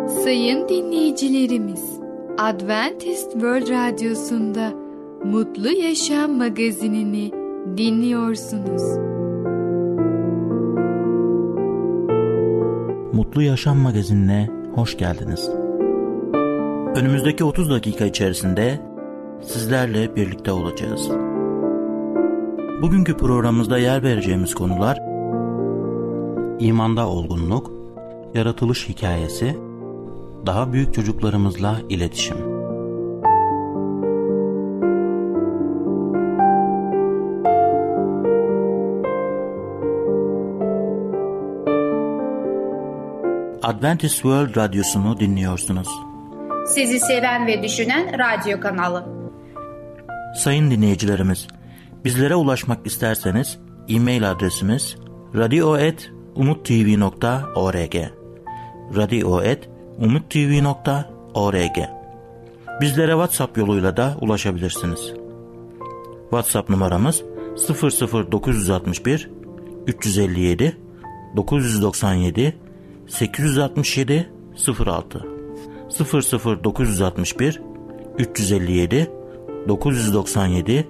Sayın dinleyicilerimiz, Adventist World Radyosu'nda Mutlu Yaşam magazinini dinliyorsunuz. Mutlu Yaşam magazinine hoş geldiniz. Önümüzdeki 30 dakika içerisinde sizlerle birlikte olacağız. Bugünkü programımızda yer vereceğimiz konular: İmanda olgunluk, yaratılış hikayesi, daha büyük çocuklarımızla iletişim. Adventist World Radyosu'nu dinliyorsunuz. Sizi seven ve düşünen radyo kanalı. Sayın dinleyicilerimiz, bizlere ulaşmak isterseniz e-mail adresimiz radio@umuttv.org radio@umuttv.org. Bizlere WhatsApp yoluyla da ulaşabilirsiniz. WhatsApp numaramız 00961 357 997 867 06 00961 357 997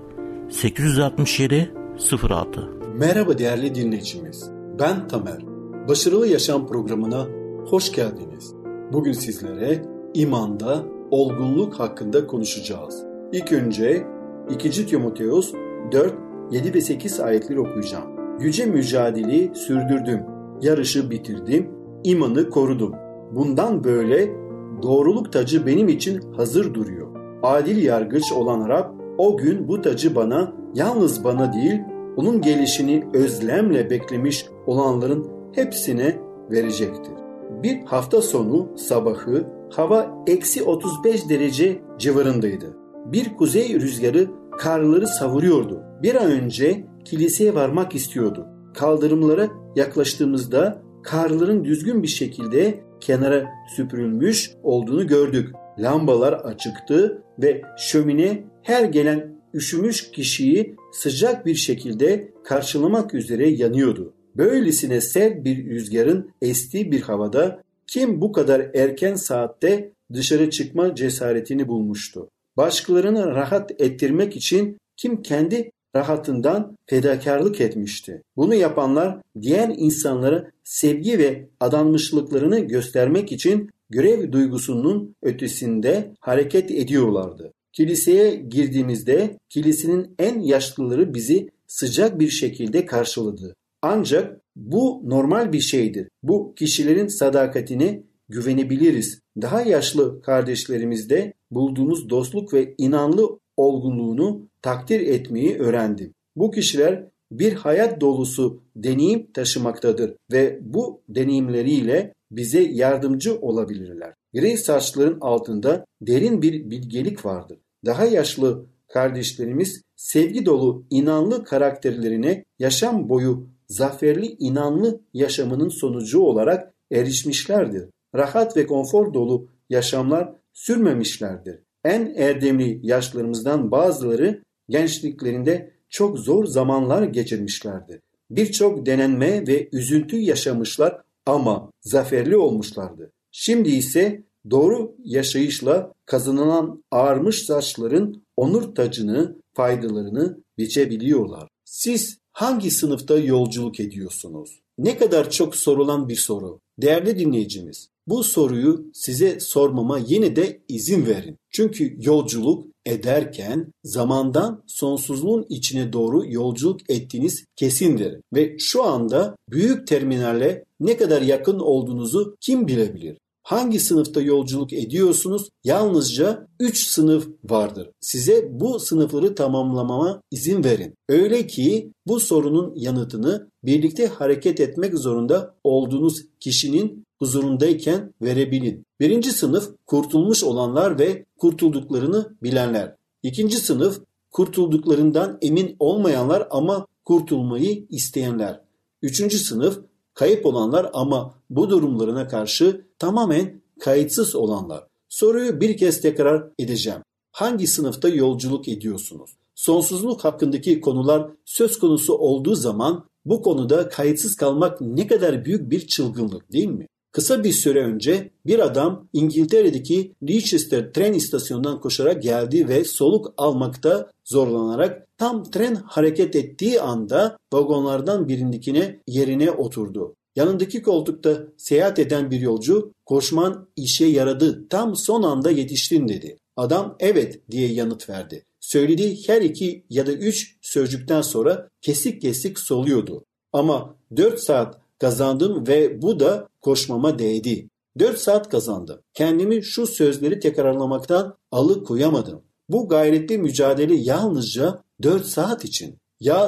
867 06. Merhaba değerli dinleyicimiz. Ben Tamer. Başarılı Yaşam programına hoş geldiniz. Bugün sizlere imanda olgunluk hakkında konuşacağız. İlk önce 2. Timoteus 4, 7 ve 8 ayetleri okuyacağım. Yüce mücadeleyi sürdürdüm, yarışı bitirdim, imanı korudum. Bundan böyle doğruluk tacı benim için hazır duruyor. Adil yargıç olan Rab o gün bu tacı bana, yalnız bana değil, onun gelişini özlemle beklemiş olanların hepsine verecektir. Bir hafta sonu sabahı hava -35 derece civarındaydı. Bir kuzey rüzgarı karları savuruyordu. Bir an önce kiliseye varmak istiyordu. Kaldırımlara yaklaştığımızda karların düzgün bir şekilde kenara süpürülmüş olduğunu gördük. Lambalar açıktı ve şömine her gelen üşümüş kişiyi sıcak bir şekilde karşılamak üzere yanıyordu. Böylesine sert bir rüzgarın estiği bir havada kim bu kadar erken saatte dışarı çıkma cesaretini bulmuştu? Başkalarını rahat ettirmek için kim kendi rahatından fedakarlık etmişti? Bunu yapanlar diğer insanlara sevgi ve adanmışlıklarını göstermek için görev duygusunun ötesinde hareket ediyorlardı. Kiliseye girdiğimizde kilisenin en yaşlıları bizi sıcak bir şekilde karşıladı. Ancak bu normal bir şeydir. Bu kişilerin sadakatine güvenebiliriz. Daha yaşlı kardeşlerimizde bulduğumuz dostluk ve inanlı olgunluğunu takdir etmeyi öğrendim. Bu kişiler bir hayat dolusu deneyim taşımaktadır ve bu deneyimleriyle bize yardımcı olabilirler. Gri saçların altında derin bir bilgelik vardır. Daha yaşlı kardeşlerimiz sevgi dolu inanlı karakterlerine yaşam boyu zaferli inanlı yaşamının sonucu olarak erişmişlerdir. Rahat ve konfor dolu yaşamlar sürmemişlerdir. En erdemli yaşlarımızdan bazıları gençliklerinde çok zor zamanlar geçirmişlerdir. Birçok denenme ve üzüntü yaşamışlar ama zaferli olmuşlardı. Şimdi ise doğru yaşayışla kazanılan ağarmış saçların onur tacını, faydalarını biçebiliyorlar. Siz hangi sınıfta yolculuk ediyorsunuz? Ne kadar çok sorulan bir soru. Değerli dinleyicimiz, bu soruyu size sormama yine de izin verin. Çünkü yolculuk ederken zamandan sonsuzluğun içine doğru yolculuk ettiğiniz kesindir. Ve şu anda büyük terminale ne kadar yakın olduğunuzu kim bilebilir? Hangi sınıfta yolculuk ediyorsunuz? Yalnızca 3 sınıf vardır. Size bu sınıfları tamamlamama izin verin. Öyle ki bu sorunun yanıtını birlikte hareket etmek zorunda olduğunuz kişinin huzurundayken verebilin. 1. sınıf kurtulmuş olanlar ve kurtulduklarını bilenler. 2. sınıf kurtulduklarından emin olmayanlar ama kurtulmayı isteyenler. 3. sınıf kayıp olanlar ama bu durumlarına karşı tamamen kayıtsız olanlar. Soruyu bir kez tekrar edeceğim. Hangi sınıfta yolculuk ediyorsunuz? Sonsuzluk hakkındaki konular söz konusu olduğu zaman bu konuda kayıtsız kalmak ne kadar büyük bir çılgınlık değil mi? Kısa bir süre önce bir adam İngiltere'deki Leicester tren istasyonundan koşarak geldi ve soluk almakta zorlanarak tam tren hareket ettiği anda vagonlardan birindekine yerine oturdu. Yanındaki koltukta seyahat eden bir yolcu, "Koşman işe yaradı, tam son anda yetiştin" dedi. Adam "evet" diye yanıt verdi. Söylediği her 2 ya da 3 sözcükten sonra kesik kesik soluyordu. "Ama 4 saat kazandım ve bu da koşmama değdi. 4 saat kazandım. Kendimi şu sözleri tekrarlamaktan alıkoyamadım. Bu gayretli mücadele yalnızca 4 saat için. Ya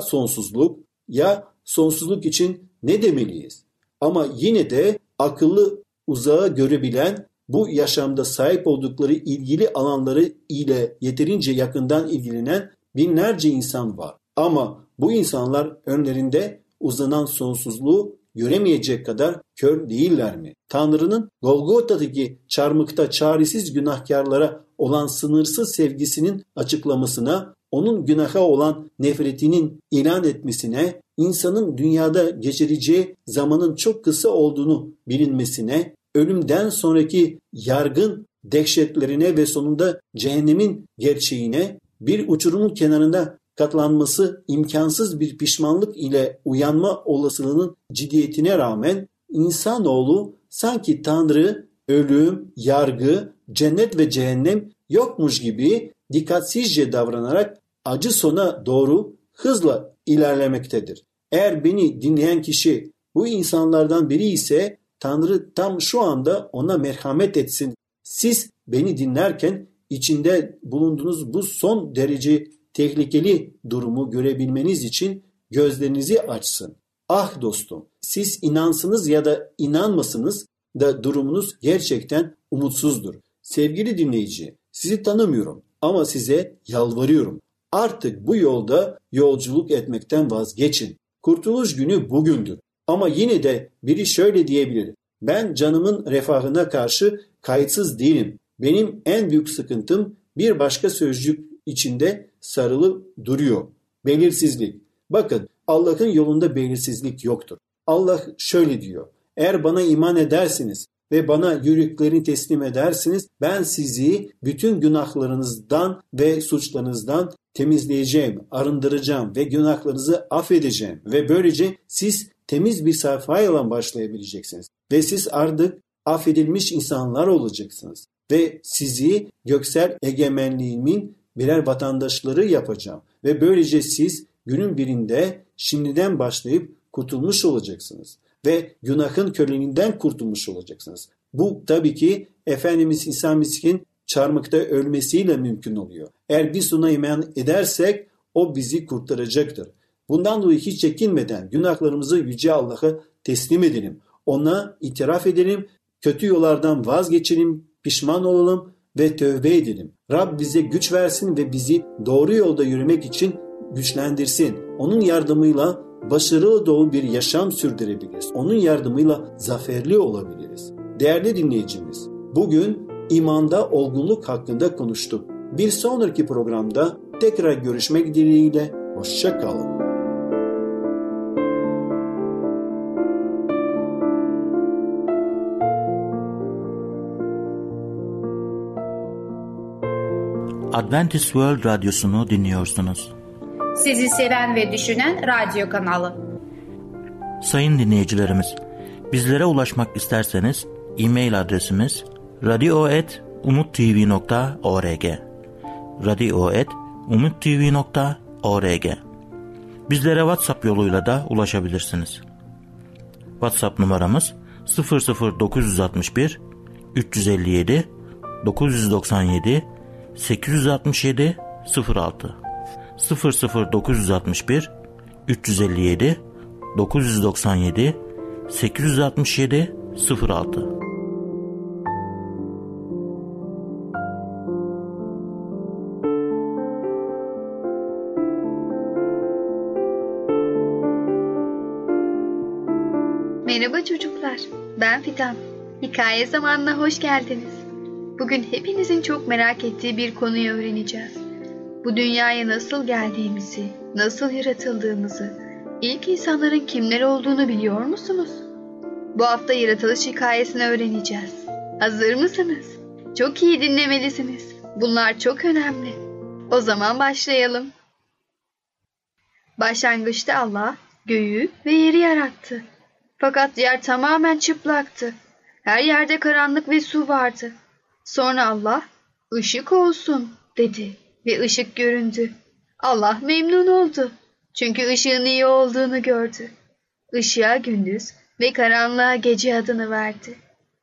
sonsuzluk için ne demeliyiz? Ama yine de akıllı uzağa görebilen, bu yaşamda sahip oldukları ilgili alanları ile yeterince yakından ilgilenen binlerce insan var. Ama bu insanlar önlerinde uzanan sonsuzluğu göremeyecek kadar kör değiller mi? Tanrı'nın Golgota'daki çarmıhta çaresiz günahkarlara olan sınırsız sevgisinin açıklamasına, onun günaha olan nefretinin ilan etmesine, insanın dünyada geçireceği zamanın çok kısa olduğunu bilinmesine, ölümden sonraki yargın dehşetlerine ve sonunda cehennemin gerçeğine, bir uçurumun kenarında katlanması imkansız bir pişmanlık ile uyanma olasılığının ciddiyetine rağmen insanoğlu sanki Tanrı, ölüm, yargı, cennet ve cehennem yokmuş gibi dikkatsizce davranarak acı sona doğru hızla ilerlemektedir. Eğer beni dinleyen kişi bu insanlardan biri ise Tanrı tam şu anda ona merhamet etsin. Siz beni dinlerken içinde bulunduğunuz bu son derece tehlikeli durumu görebilmeniz için gözlerinizi açsın. Ah dostum, siz inansınız ya da inanmasınız da durumunuz gerçekten umutsuzdur. Sevgili dinleyici, sizi tanımıyorum ama size yalvarıyorum. Artık bu yolda yolculuk etmekten vazgeçin. Kurtuluş günü bugündür. Ama yine de biri şöyle diyebilir: ben canımın refahına karşı kayıtsız değilim. Benim en büyük sıkıntım bir başka sözcük içinde sarılı duruyor: belirsizlik. Bakın, Allah'ın yolunda belirsizlik yoktur. Allah şöyle diyor: eğer bana iman edersiniz ve bana yüreklerini teslim edersiniz, ben sizi bütün günahlarınızdan ve suçlarınızdan temizleyeceğim, arındıracağım ve günahlarınızı affedeceğim ve böylece siz temiz bir sayfayla başlayabileceksiniz ve siz artık affedilmiş insanlar olacaksınız ve sizi göksel egemenliğimin birer vatandaşları yapacağım ve böylece siz günün birinde şimdiden başlayıp kurtulmuş olacaksınız ve günahın köleliğinden kurtulmuş olacaksınız. Bu tabii ki Efendimiz İsa Mesih'in çarmıhta ölmesiyle mümkün oluyor. Eğer biz ona iman edersek o bizi kurtaracaktır. Bundan dolayı hiç çekinmeden günahlarımızı Yüce Allah'a teslim edelim. Ona itiraf edelim, kötü yollardan vazgeçelim, pişman olalım ve tövbe edelim. Rab bize güç versin ve bizi doğru yolda yürümek için güçlendirsin. Onun yardımıyla başarılı dolu bir yaşam sürdürebiliriz. Onun yardımıyla zaferli olabiliriz. Değerli dinleyicimiz, bugün imanda olgunluk hakkında konuştuk. Bir sonraki programda tekrar görüşmek dileğiyle, hoşça kalın. Adventist World Radyosu'nu dinliyorsunuz. Sizi seven ve düşünen radyo kanalı. Sayın dinleyicilerimiz, bizlere ulaşmak isterseniz e-mail adresimiz radio@umuttv.org radio@umuttv.org. Bizlere WhatsApp yoluyla da ulaşabilirsiniz. WhatsApp numaramız 00961 357 997 867 06 00961 357 997 867 06. Merhaba çocuklar, ben Fidan. Hikaye zamanına hoş geldiniz. Bugün hepinizin çok merak ettiği bir konuyu öğreneceğiz. Bu dünyaya nasıl geldiğimizi, nasıl yaratıldığımızı, ilk insanların kimler olduğunu biliyor musunuz? Bu hafta yaratılış hikayesini öğreneceğiz. Hazır mısınız? Çok iyi dinlemelisiniz. Bunlar çok önemli. O zaman başlayalım. Başlangıçta Allah göğü ve yeri yarattı. Fakat yer tamamen çıplaktı. Her yerde karanlık ve su vardı. Sonra Allah, ışık olsun dedi ve ışık göründü. Allah memnun oldu. Çünkü ışığın iyi olduğunu gördü. Işığa gündüz ve karanlığa gece adını verdi.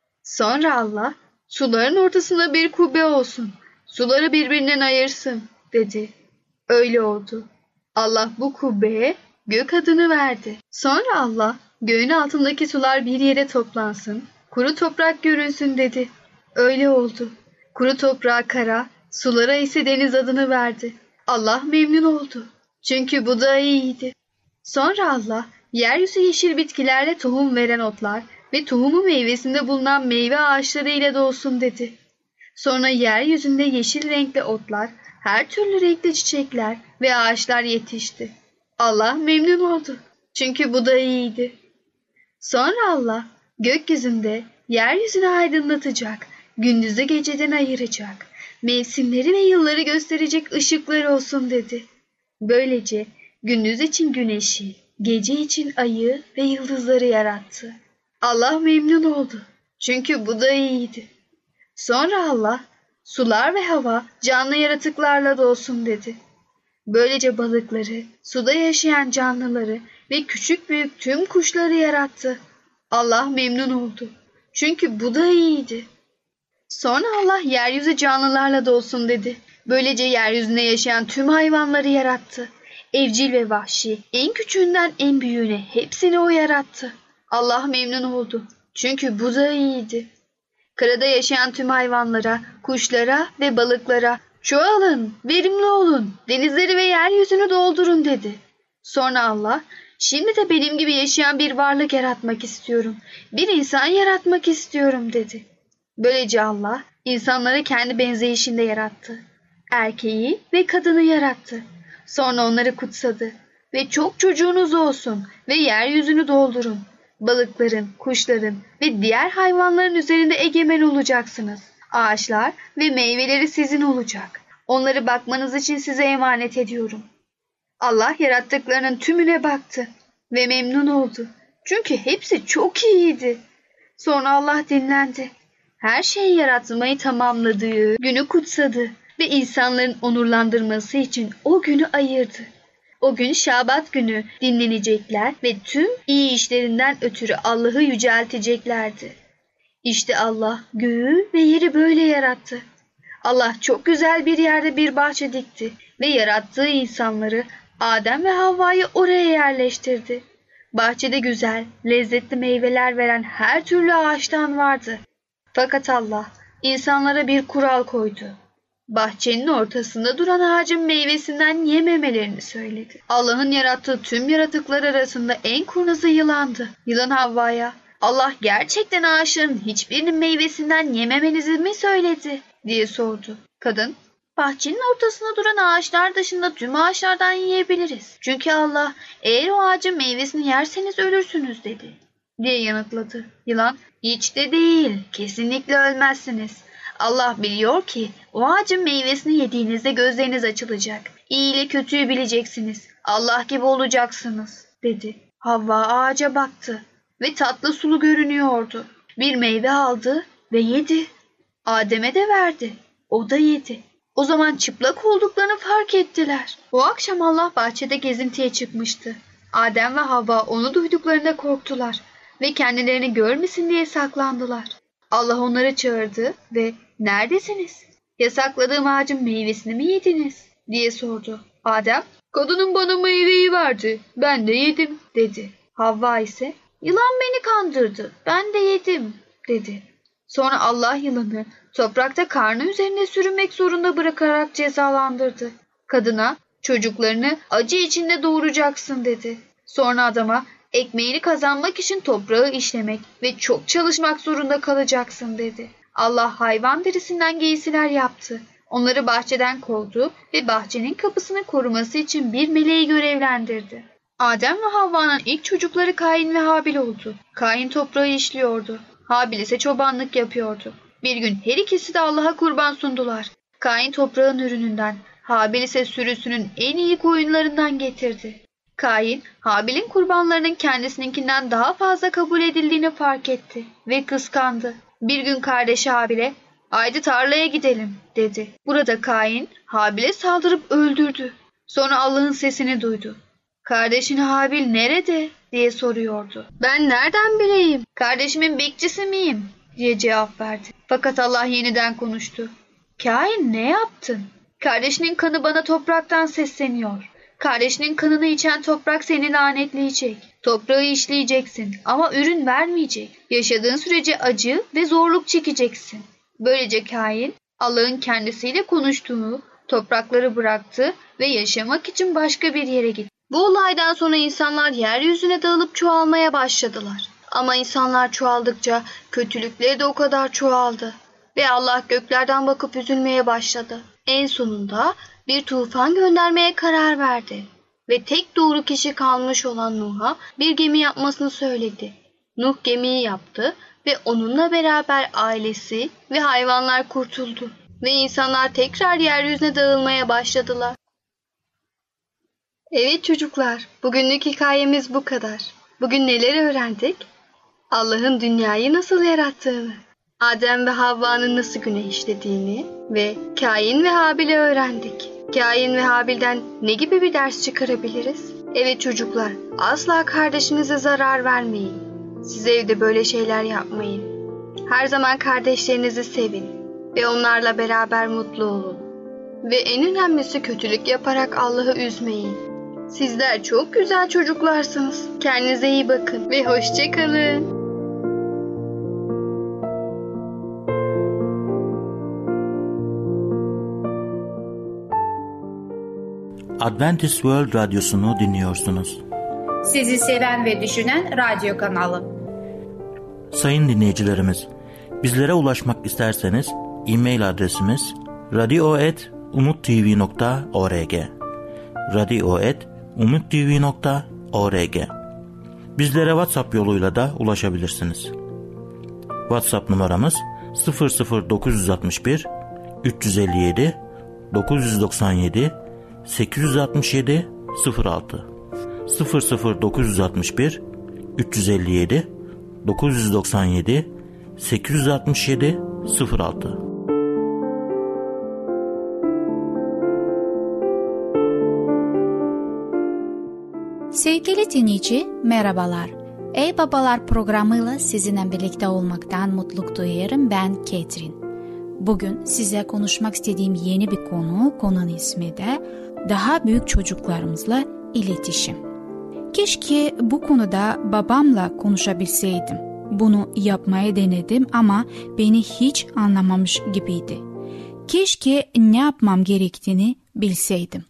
Sonra Allah, suların ortasına bir kubbe olsun. Suları birbirinden ayırsın dedi. Öyle oldu. Allah bu kubbeye gök adını verdi. Sonra Allah, göğün altındaki sular bir yere toplansın, kuru toprak görünsün dedi. Öyle oldu. Kuru toprağa kara, sulara ise deniz adını verdi. Allah memnun oldu. Çünkü bu da iyiydi. Sonra Allah, yeryüzü yeşil bitkilerle tohum veren otlar ve tohumu meyvesinde bulunan meyve ağaçları ile dolsun dedi. Sonra yeryüzünde yeşil renkli otlar, her türlü renkli çiçekler ve ağaçlar yetişti. Allah memnun oldu. Çünkü bu da iyiydi. Sonra Allah, gökyüzünde yeryüzünü aydınlatacak, gündüzü geceden ayıracak, mevsimleri ve yılları gösterecek ışıklar olsun dedi. Böylece gündüz için güneşi, gece için ayı ve yıldızları yarattı. Allah memnun oldu. Çünkü bu da iyiydi. Sonra Allah, sular ve hava canlı yaratıklarla dolsun dedi. Böylece balıkları, suda yaşayan canlıları ve küçük büyük tüm kuşları yarattı. Allah memnun oldu. Çünkü bu da iyiydi. Sonra Allah yeryüzü canlılarla dolsun dedi. Böylece yeryüzünde yaşayan tüm hayvanları yarattı. Evcil ve vahşi, en küçüğünden en büyüğüne hepsini o yarattı. Allah memnun oldu. Çünkü bu da iyiydi. Karada yaşayan tüm hayvanlara, kuşlara ve balıklara çoğalın, verimli olun, denizleri ve yeryüzünü doldurun dedi. Sonra Allah, şimdi de benim gibi yaşayan bir varlık yaratmak istiyorum. Bir insan yaratmak istiyorum dedi. Böylece Allah, insanları kendi benzeyişinde yarattı. Erkeği ve kadını yarattı. Sonra onları kutsadı ve çok çocuğunuz olsun ve yeryüzünü doldurun. Balıkların, kuşların ve diğer hayvanların üzerinde egemen olacaksınız. Ağaçlar ve meyveleri sizin olacak. Onları bakmanız için size emanet ediyorum. Allah yarattıklarının tümüne baktı ve memnun oldu. Çünkü hepsi çok iyiydi. Sonra Allah dinlendi. Her şeyi yaratmayı tamamladığı günü kutsadı ve insanların onurlandırması için o günü ayırdı. O gün Şabat günü dinlenecekler ve tüm iyi işlerinden ötürü Allah'ı yücelteceklerdi. İşte Allah göğü ve yeri böyle yarattı. Allah çok güzel bir yerde bir bahçe dikti ve yarattığı insanları Adem ve Havva'yı oraya yerleştirdi. Bahçede güzel, lezzetli meyveler veren her türlü ağaçtan vardı. Fakat Allah insanlara bir kural koydu. Bahçenin ortasında duran ağacın meyvesinden yememelerini söyledi. Allah'ın yarattığı tüm yaratıklar arasında en kurnazı yılandı. Yılan Havva'ya, Allah gerçekten ağaçların hiçbirinin meyvesinden yememenizi mi söyledi diye sordu. Kadın, bahçenin ortasında duran ağaçlar dışında tüm ağaçlardan yiyebiliriz. Çünkü Allah, eğer o ağacın meyvesini yerseniz ölürsünüz dedi diye yanıtladı. Yılan, hiç de değil, kesinlikle ölmezsiniz. Allah biliyor ki o ağacın meyvesini yediğinizde gözleriniz açılacak. İyi ile kötüyü bileceksiniz. Allah gibi olacaksınız dedi. Havva ağaca baktı ve tatlı sulu görünüyordu. Bir meyve aldı ve yedi. Adem'e de verdi. O da yedi. O zaman çıplak olduklarını fark ettiler. O akşam Allah bahçede gezintiye çıkmıştı. Adem ve Havva onu duyduklarında korktular ve kendilerini görmesin diye saklandılar. Allah onları çağırdı ve "Neredesiniz? Yasakladığım ağacın meyvesini mi yediniz?" diye sordu. Adem, "Kadının bana meyveyi verdi, ben de yedim." dedi. Havva ise, "Yılan beni kandırdı, ben de yedim." dedi. Sonra Allah yılanı toprakta karnı üzerinde sürünmek zorunda bırakarak cezalandırdı. Kadına, "Çocuklarını acı içinde doğuracaksın." dedi. Sonra adama, "Ekmeğini kazanmak için toprağı işlemek ve çok çalışmak zorunda kalacaksın." dedi. Allah hayvan derisinden giysiler yaptı. Onları bahçeden kovdu ve bahçenin kapısını koruması için bir meleği görevlendirdi. Adem ve Havva'nın ilk çocukları Kain ve Habil oldu. Kain toprağı işliyordu. Habil ise çobanlık yapıyordu. Bir gün her ikisi de Allah'a kurban sundular. Kain toprağın ürününden, Habil ise sürüsünün en iyi koyunlarından getirdi. Kain, Habil'in kurbanlarının kendisininkinden daha fazla kabul edildiğini fark etti ve kıskandı. Bir gün kardeşi Habil'e, "Haydi tarlaya gidelim," dedi. Burada Kain, Habil'e saldırıp öldürdü. Sonra Allah'ın sesini duydu. "Kardeşin Habil nerede?" diye soruyordu. "Ben nereden bileyim? Kardeşimin bekçisi miyim?" diye cevap verdi. Fakat Allah yeniden konuştu. "Kain, ne yaptın? Kardeşinin kanı bana topraktan sesleniyor. Kardeşinin kanını içen toprak seni lanetleyecek. Toprağı işleyeceksin ama ürün vermeyecek. Yaşadığın sürece acı ve zorluk çekeceksin." Böylece Kain, Allah'ın kendisiyle konuştuğu toprakları bıraktı ve yaşamak için başka bir yere gitti. Bu olaydan sonra insanlar yeryüzüne dağılıp çoğalmaya başladılar. Ama insanlar çoğaldıkça kötülükleri de o kadar çoğaldı. Ve Allah göklerden bakıp üzülmeye başladı. En sonunda bir tufan göndermeye karar verdi. Ve tek doğru kişi kalmış olan Nuh'a bir gemi yapmasını söyledi. Nuh gemiyi yaptı ve onunla beraber ailesi ve hayvanlar kurtuldu. Ve insanlar tekrar yeryüzüne dağılmaya başladılar. Evet çocuklar, bugünlük hikayemiz bu kadar. Bugün neler öğrendik? Allah'ın dünyayı nasıl yarattığını, Adem ve Havva'nın nasıl günah işlediğini ve Kain ve Habil'i öğrendik. Kain ve Habil'den ne gibi bir ders çıkarabiliriz? Evet çocuklar, asla kardeşinize zarar vermeyin. Siz evde böyle şeyler yapmayın. Her zaman kardeşlerinizi sevin ve onlarla beraber mutlu olun. Ve en önemlisi kötülük yaparak Allah'ı üzmeyin. Sizler çok güzel çocuklarsınız. Kendinize iyi bakın ve hoşça kalın. Adventist World Radyosu'nu dinliyorsunuz. Sizi seven ve düşünen radyo kanalı. Sayın dinleyicilerimiz, bizlere ulaşmak isterseniz e-mail adresimiz radio@umuttv.org radio@umuttv.org. Bizlere WhatsApp yoluyla da ulaşabilirsiniz. WhatsApp numaramız 00961 357 997 867 06 00961 357 997 867 06. Sevgili dinleyici, merhabalar. Ey Babalar programıyla sizinle birlikte olmaktan mutluluk duyuyorum. Ben Ketrin. Bugün size konuşmak istediğim yeni bir konunun ismi de daha büyük çocuklarımızla iletişim. Keşke bu konuda babamla konuşabilseydim. Bunu yapmaya denedim ama beni hiç anlamamış gibiydi. Keşke ne yapmam gerektiğini bilseydim.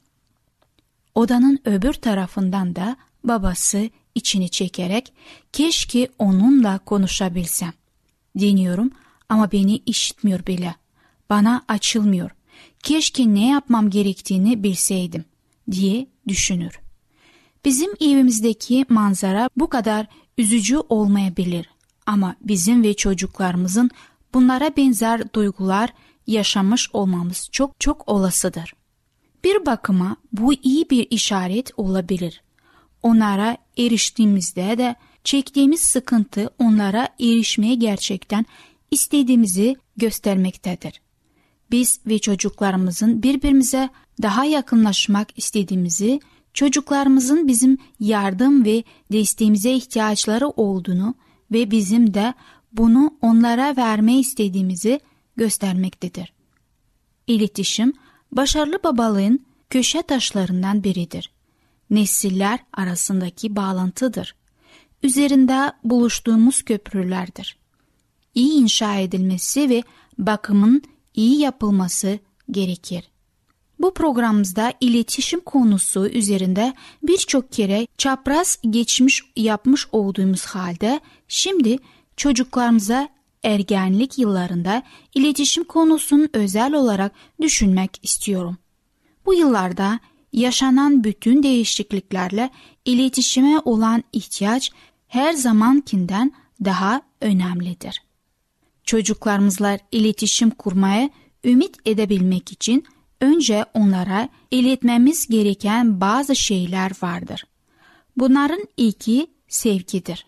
Odanın öbür tarafından da babası içini çekerek keşke onunla konuşabilsem. Deniyorum ama beni işitmiyor bile. Bana açılmıyor. Keşke ne yapmam gerektiğini bilseydim diye düşünür. Bizim evimizdeki manzara bu kadar üzücü olmayabilir ama bizim ve çocuklarımızın bunlara benzer duygular yaşamış olmamız çok çok olasıdır. Bir bakıma bu iyi bir işaret olabilir. Onlara eriştiğimizde de çektiğimiz sıkıntı onlara erişmeye gerçekten istediğimizi göstermektedir. Biz ve çocuklarımızın birbirimize daha yakınlaşmak istediğimizi, çocuklarımızın bizim yardım ve desteğimize ihtiyaçları olduğunu ve bizim de bunu onlara vermeyi istediğimizi göstermektedir. İletişim, başarılı babalığın köşe taşlarından biridir. Nesiller arasındaki bağlantıdır. Üzerinde buluştuğumuz köprülerdir. İyi inşa edilmesi ve bakımın iyi yapılması gerekir. Bu programımızda iletişim konusu üzerinde birçok kere çapraz geçmiş yapmış olduğumuz halde şimdi çocuklarımıza ergenlik yıllarında iletişim konusunu özel olarak düşünmek istiyorum. Bu yıllarda yaşanan bütün değişikliklerle iletişime olan ihtiyaç her zamankinden daha önemlidir. Çocuklarımızla iletişim kurmaya ümit edebilmek için önce onlara iletmemiz gereken bazı şeyler vardır. Bunların ilki sevgidir.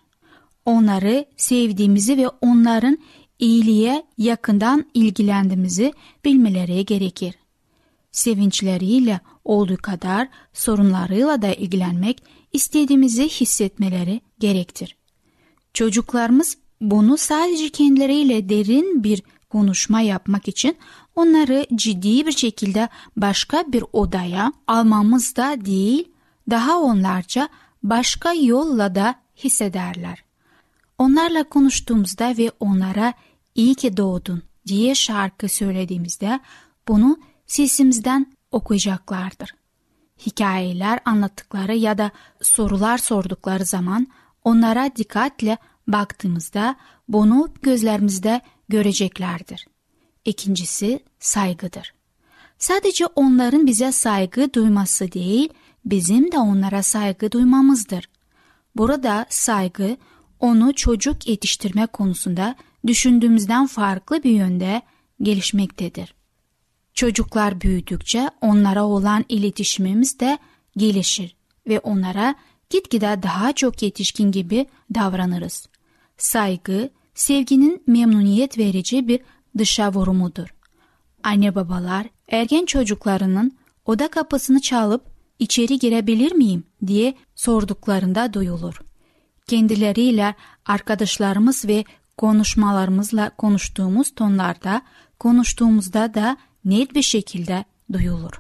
Onları sevdiğimizi ve onların iyiliğe yakından ilgilendiğimizi bilmeleri gerekir. Sevinçleriyle olduğu kadar sorunlarıyla da ilgilenmek istediğimizi hissetmeleri gerektir. Çocuklarımız bunu sadece kendileriyle derin bir konuşma yapmak için onları ciddi bir şekilde başka bir odaya almamız da değil, daha onlarca başka yolla da hissederler. Onlarla konuştuğumuzda ve onlara iyi ki doğdun diye şarkı söylediğimizde bunu sesimizden okuyacaklardır. Hikayeler anlattıkları ya da sorular sordukları zaman onlara dikkatle baktığımızda bunu gözlerimizde göreceklerdir. İkincisi saygıdır. Sadece onların bize saygı duyması değil, bizim de onlara saygı duymamızdır. Burada saygı, onu çocuk yetiştirme konusunda düşündüğümüzden farklı bir yönde gelişmektedir. Çocuklar büyüdükçe onlara olan iletişimimiz de gelişir ve onlara gitgide daha çok yetişkin gibi davranırız. Saygı, sevginin memnuniyet verici bir dışa vurumudur. Anne babalar ergen çocuklarının oda kapısını çalıp içeri girebilir miyim diye sorduklarında duyulur. Kendileriyle arkadaşlarımız ve konuşmalarımızla konuştuğumuz tonlarda konuştuğumuzda da net bir şekilde duyulur.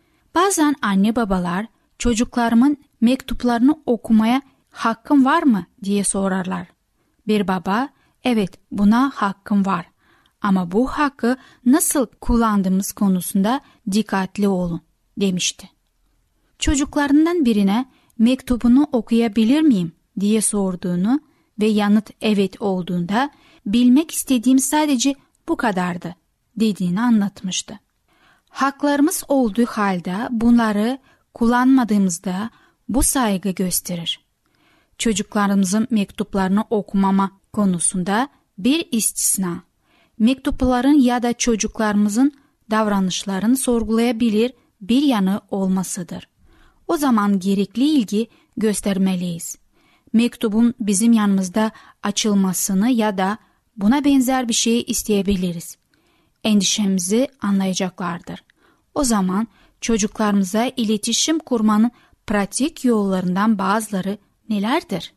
Bazen anne babalar çocuklarımın mektuplarını okumaya hakkım var mı diye sorarlar. Bir baba, evet buna hakkım var ama bu hakkı nasıl kullandığımız konusunda dikkatli olun demişti. Çocuklarından birine mektubunu okuyabilir miyim diye sorduğunu ve yanıt evet olduğunda bilmek istediğim sadece bu kadardı dediğini anlatmıştı. Haklarımız olduğu halde bunları kullanmadığımızda bu saygı gösterir. Çocuklarımızın mektuplarını okumama konusunda bir istisna, mektupların ya da çocuklarımızın davranışlarını sorgulayabilir bir yanı olmasıdır. O zaman gerekli ilgi göstermeliyiz. Mektubun bizim yanımızda açılmasını ya da buna benzer bir şey isteyebiliriz. Endişemizi anlayacaklardır. O zaman çocuklarımıza iletişim kurmanın pratik yollarından bazıları nelerdir?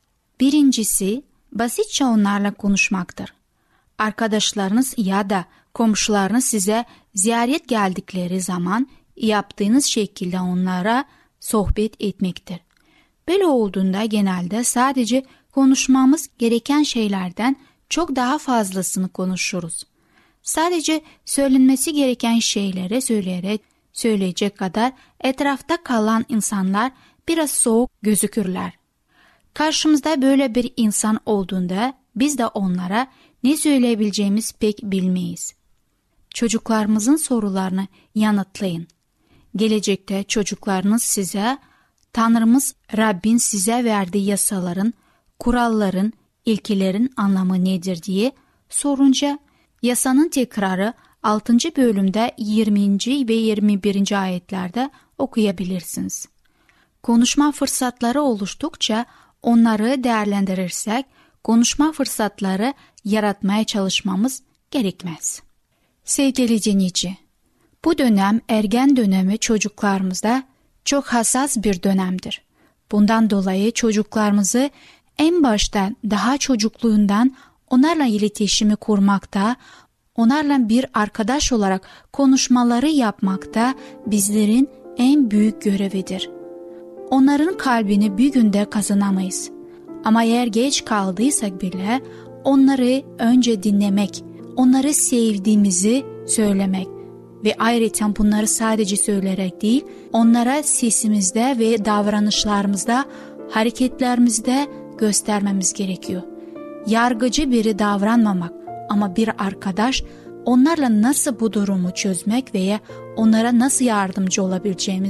Birincisi, basitçe onlarla konuşmaktır. Arkadaşlarınız ya da komşularınız size ziyaret geldikleri zaman yaptığınız şekilde onlara sohbet etmektir. Böyle olduğunda genelde sadece konuşmamız gereken şeylerden çok daha fazlasını konuşuruz. Sadece söylenmesi gereken şeyleri söyleyecek kadar etrafta kalan insanlar biraz soğuk gözükürler. Karşımızda böyle bir insan olduğunda biz de onlara ne söyleyebileceğimiz pek bilmeyiz. Çocuklarımızın sorularını yanıtlayın. Gelecekte çocuklarınız size Tanrımız Rabbin size verdiği yasaların, kuralların, ilkelerin anlamı nedir diye sorunca yasanın tekrarı 6. bölümde 20. ve 21. ayetlerde okuyabilirsiniz. Konuşma fırsatları oluştukça onları değerlendirirsek konuşma fırsatları yaratmaya çalışmamız gerekmez. Sevgili dinleyici, bu dönem ergen dönemi çocuklarımızda çok hassas bir dönemdir. Bundan dolayı çocuklarımızı en başta daha çocukluğundan onlarla iletişimi kurmakta, onlarla bir arkadaş olarak konuşmaları yapmakta bizlerin en büyük görevidir. Onların kalbini bir günde kazanamayız. Ama eğer geç kaldıysak bile onları önce dinlemek, onları sevdiğimizi söylemek ve ayrıca bunları sadece söyleyerek değil, onlara sesimizde ve davranışlarımızda, hareketlerimizde göstermemiz gerekiyor. Yargıcı biri davranmamak ama bir arkadaş, onlarla nasıl bu durumu çözmek veya onlara nasıl yardımcı olabileceğimize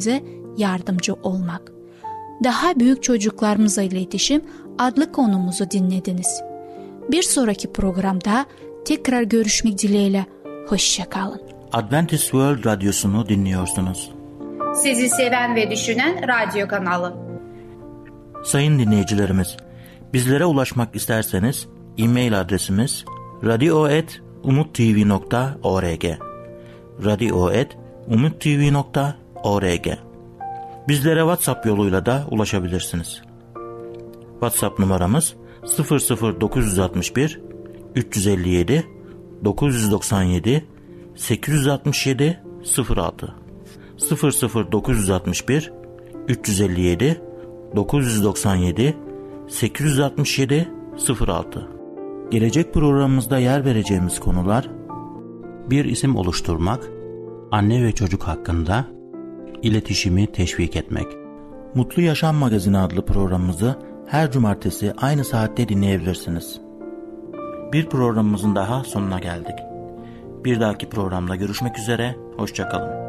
yardımcı olmak. Daha büyük çocuklarımızla iletişim adlı konumuzu dinlediniz. Bir sonraki programda tekrar görüşmek dileğiyle. Hoşça kalın. Adventist World Radyosu'nu dinliyorsunuz. Sizi seven ve düşünen radyo kanalı. Sayın dinleyicilerimiz, bizlere ulaşmak isterseniz e-mail adresimiz radio@umuttv.org radio@umuttv.org. Bizlere WhatsApp yoluyla da ulaşabilirsiniz. WhatsApp numaramız 00961 357 997 867 06 00961 357 997 867 06. Gelecek programımızda yer vereceğimiz konular: bir isim oluşturmak, anne ve çocuk hakkında, iletişimi teşvik etmek. Mutlu Yaşam Magazini adlı programımızı her cumartesi aynı saatte dinleyebilirsiniz. Bir programımızın daha sonuna geldik. Bir dahaki programda görüşmek üzere, hoşça kalın.